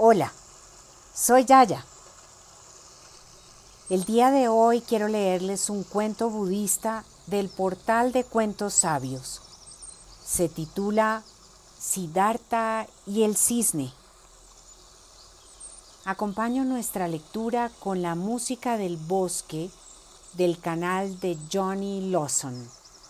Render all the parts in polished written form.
Hola, soy Yaya. El día de hoy quiero leerles un cuento budista del portal de cuentos sabios. Se titula Siddhartha y el cisne. Acompaño nuestra lectura con la música del bosque del canal de Johnny Lawson.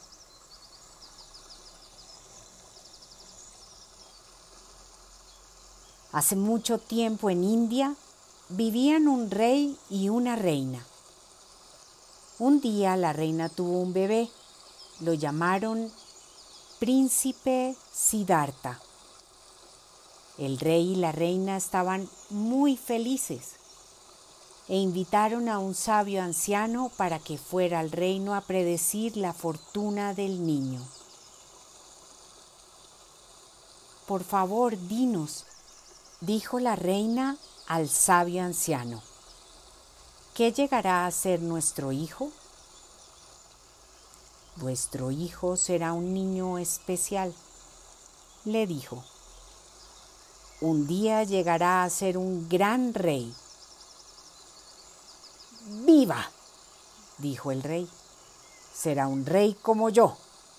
Hace mucho tiempo en India vivían un rey y una reina. Un día la reina tuvo un bebé. Lo llamaron Príncipe Siddhartha. El rey y la reina estaban muy felices e invitaron a un sabio anciano para que fuera al reino a predecir la fortuna del niño. Por favor, dinos, dijo la reina al sabio anciano, ¿qué llegará a ser nuestro hijo? Vuestro hijo será un niño especial, le dijo. Un día llegará a ser un gran rey. ¡Viva!, dijo el rey. Será un rey como yo.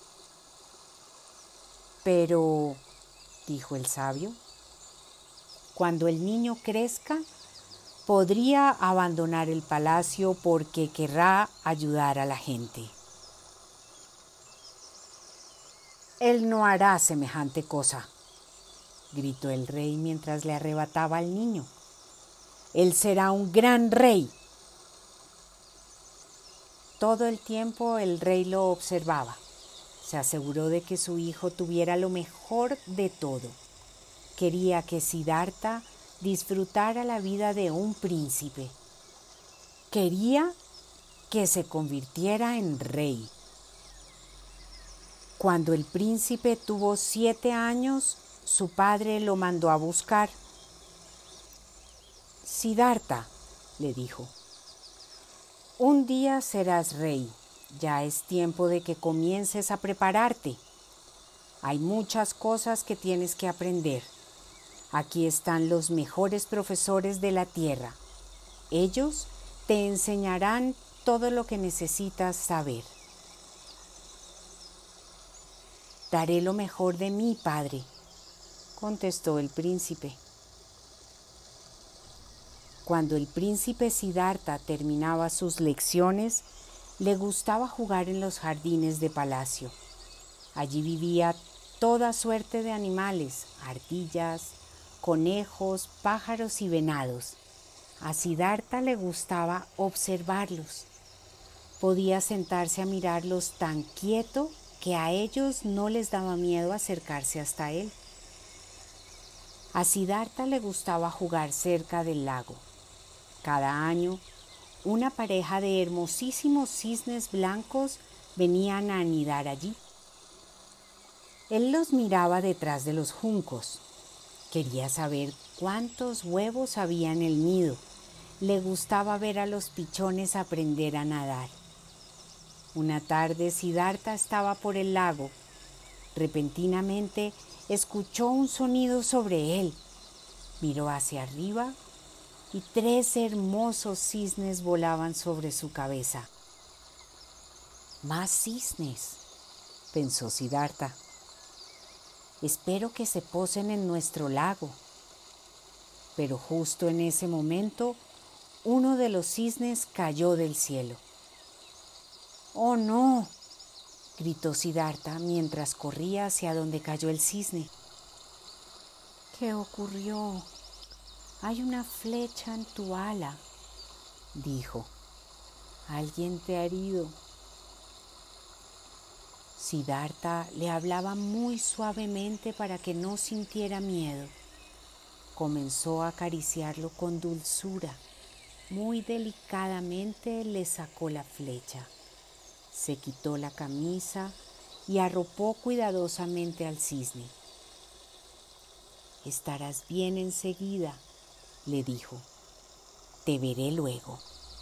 Pero, dijo el sabio, cuando el niño crezca, podría abandonar el palacio porque querrá ayudar a la gente. Él no hará semejante cosa, gritó el rey mientras le arrebataba al niño. Él será un gran rey. Todo el tiempo el rey lo observaba. Se aseguró de que su hijo tuviera lo mejor de todo. Quería que Siddhartha disfrutara la vida de un príncipe. Quería que se convirtiera en rey. Cuando el príncipe tuvo 7 años, su padre lo mandó a buscar. Siddhartha, le dijo, un día serás rey. Ya es tiempo de que comiences a prepararte. Hay muchas cosas que tienes que aprender. Aquí están los mejores profesores de la tierra. Ellos te enseñarán todo lo que necesitas saber. Daré lo mejor de mí, padre, contestó el príncipe. Cuando el príncipe Siddhartha terminaba sus lecciones, le gustaba jugar en los jardines de palacio. Allí vivía toda suerte de animales, ardillas, conejos, pájaros y venados. A Siddhartha le gustaba observarlos. Podía sentarse a mirarlos tan quieto que a ellos no les daba miedo acercarse hasta él. A Siddhartha le gustaba jugar cerca del lago. Cada año, una pareja de hermosísimos cisnes blancos venían a anidar allí. Él los miraba detrás de los juncos. Quería saber cuántos huevos había en el nido. Le gustaba ver a los pichones aprender a nadar. Una tarde Siddhartha estaba por el lago. Repentinamente escuchó un sonido sobre él. Miró hacia arriba y 3 hermosos cisnes volaban sobre su cabeza. Más cisnes, pensó Siddhartha. Espero que se posen en nuestro lago. Pero justo en ese momento, uno de los cisnes cayó del cielo. ¡Oh, no!, gritó Siddhartha mientras corría hacia donde cayó el cisne. ¿Qué ocurrió? Hay una flecha en tu ala, dijo. Alguien te ha herido. Siddhartha le hablaba muy suavemente para que no sintiera miedo. Comenzó a acariciarlo con dulzura. Muy delicadamente le sacó la flecha. Se quitó la camisa y arropó cuidadosamente al cisne. Estarás bien enseguida, le dijo. Te veré luego.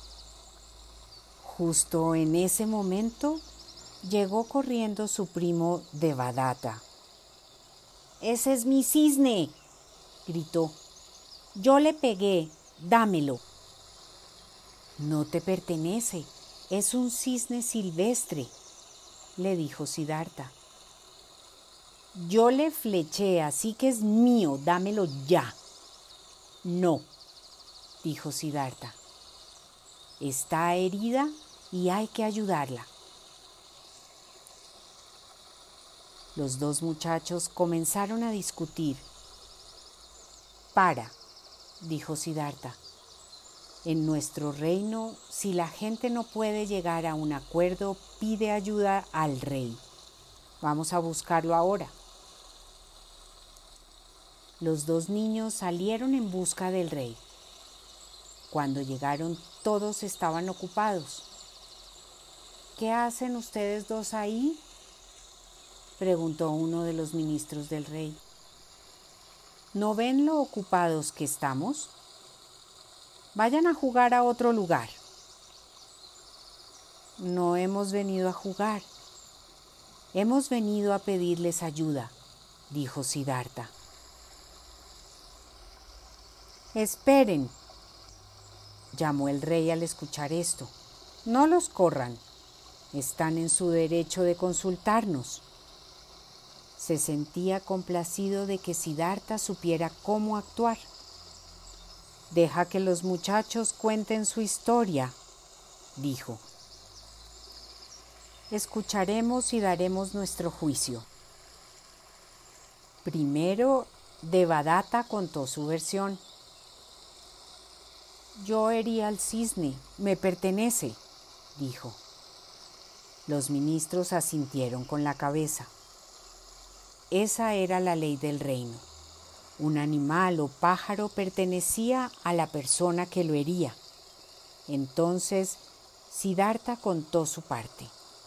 Justo en ese momento llegó corriendo su primo Devadatta. ¡Ese es mi cisne!, gritó. Yo le pegué, dámelo. No te pertenece, es un cisne silvestre, le dijo Siddhartha. Yo le fleché, así que es mío, dámelo ya. No, dijo Siddhartha. Está herida y hay que ayudarla. Los dos muchachos comenzaron a discutir. Para, dijo Siddhartha. En nuestro reino, si la gente no puede llegar a un acuerdo, pide ayuda al rey. Vamos a buscarlo ahora. Los dos niños salieron en busca del rey. Cuando llegaron, todos estaban ocupados. ¿Qué hacen ustedes dos ahí?, preguntó uno de los ministros del rey. ¿No ven lo ocupados que estamos? Vayan a jugar a otro lugar. No hemos venido a jugar. Hemos venido a pedirles ayuda, dijo Siddhartha. Esperen, llamó el rey al escuchar esto. No los corran. Están en su derecho de consultarnos. Se sentía complacido de que Siddhartha supiera cómo actuar. Deja que los muchachos cuenten su historia, dijo. Escucharemos y daremos nuestro juicio. Primero, Devadatta contó su versión. Yo herí al cisne, me pertenece, dijo. Los ministros asintieron con la cabeza. Esa era la ley del reino. Un animal o pájaro pertenecía a la persona que lo hería. Entonces, Siddhartha contó su parte.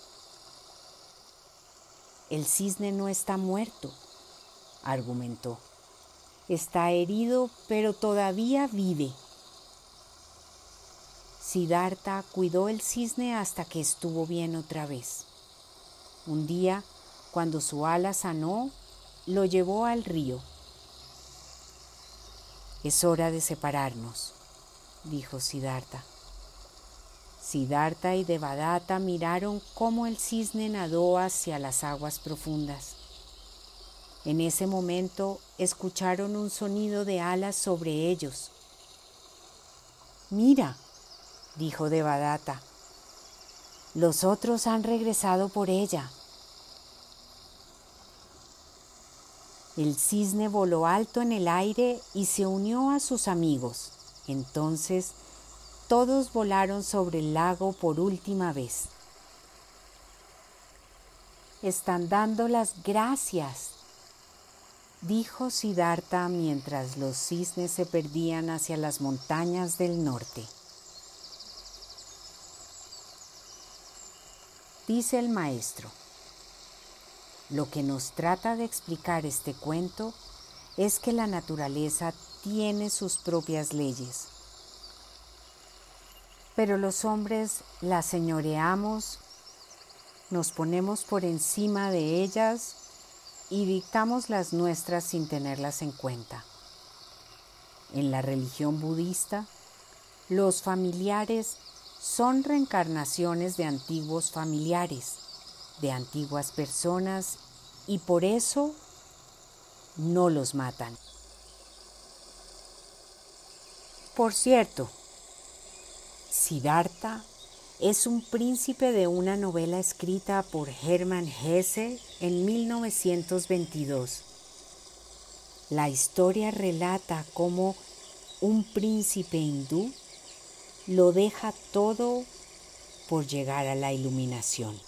El cisne no está muerto, argumentó. Está herido, pero todavía vive. Siddhartha cuidó el cisne hasta que estuvo bien otra vez. Un día, cuando su ala sanó, lo llevó al río. Es hora de separarnos, dijo Siddhartha. Siddhartha y Devadatta miraron cómo el cisne nadó hacia las aguas profundas. En ese momento escucharon un sonido de alas sobre ellos. Mira, dijo Devadatta, los otros han regresado por ella. El cisne voló alto en el aire y se unió a sus amigos. Entonces, todos volaron sobre el lago por última vez. Están dando las gracias, dijo Siddhartha mientras los cisnes se perdían hacia las montañas del norte. Dice el maestro. Lo que nos trata de explicar este cuento es que la naturaleza tiene sus propias leyes, pero los hombres las señoreamos, nos ponemos por encima de ellas y dictamos las nuestras sin tenerlas en cuenta. En la religión budista, los familiares son reencarnaciones de antiguos familiares, de antiguas personas, y por eso no los matan. Por cierto, Siddhartha es un príncipe de una novela escrita por Hermann Hesse en 1922. La historia relata cómo un príncipe hindú lo deja todo por llegar a la iluminación.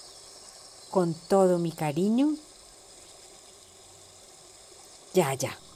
Con todo mi cariño, Yaya.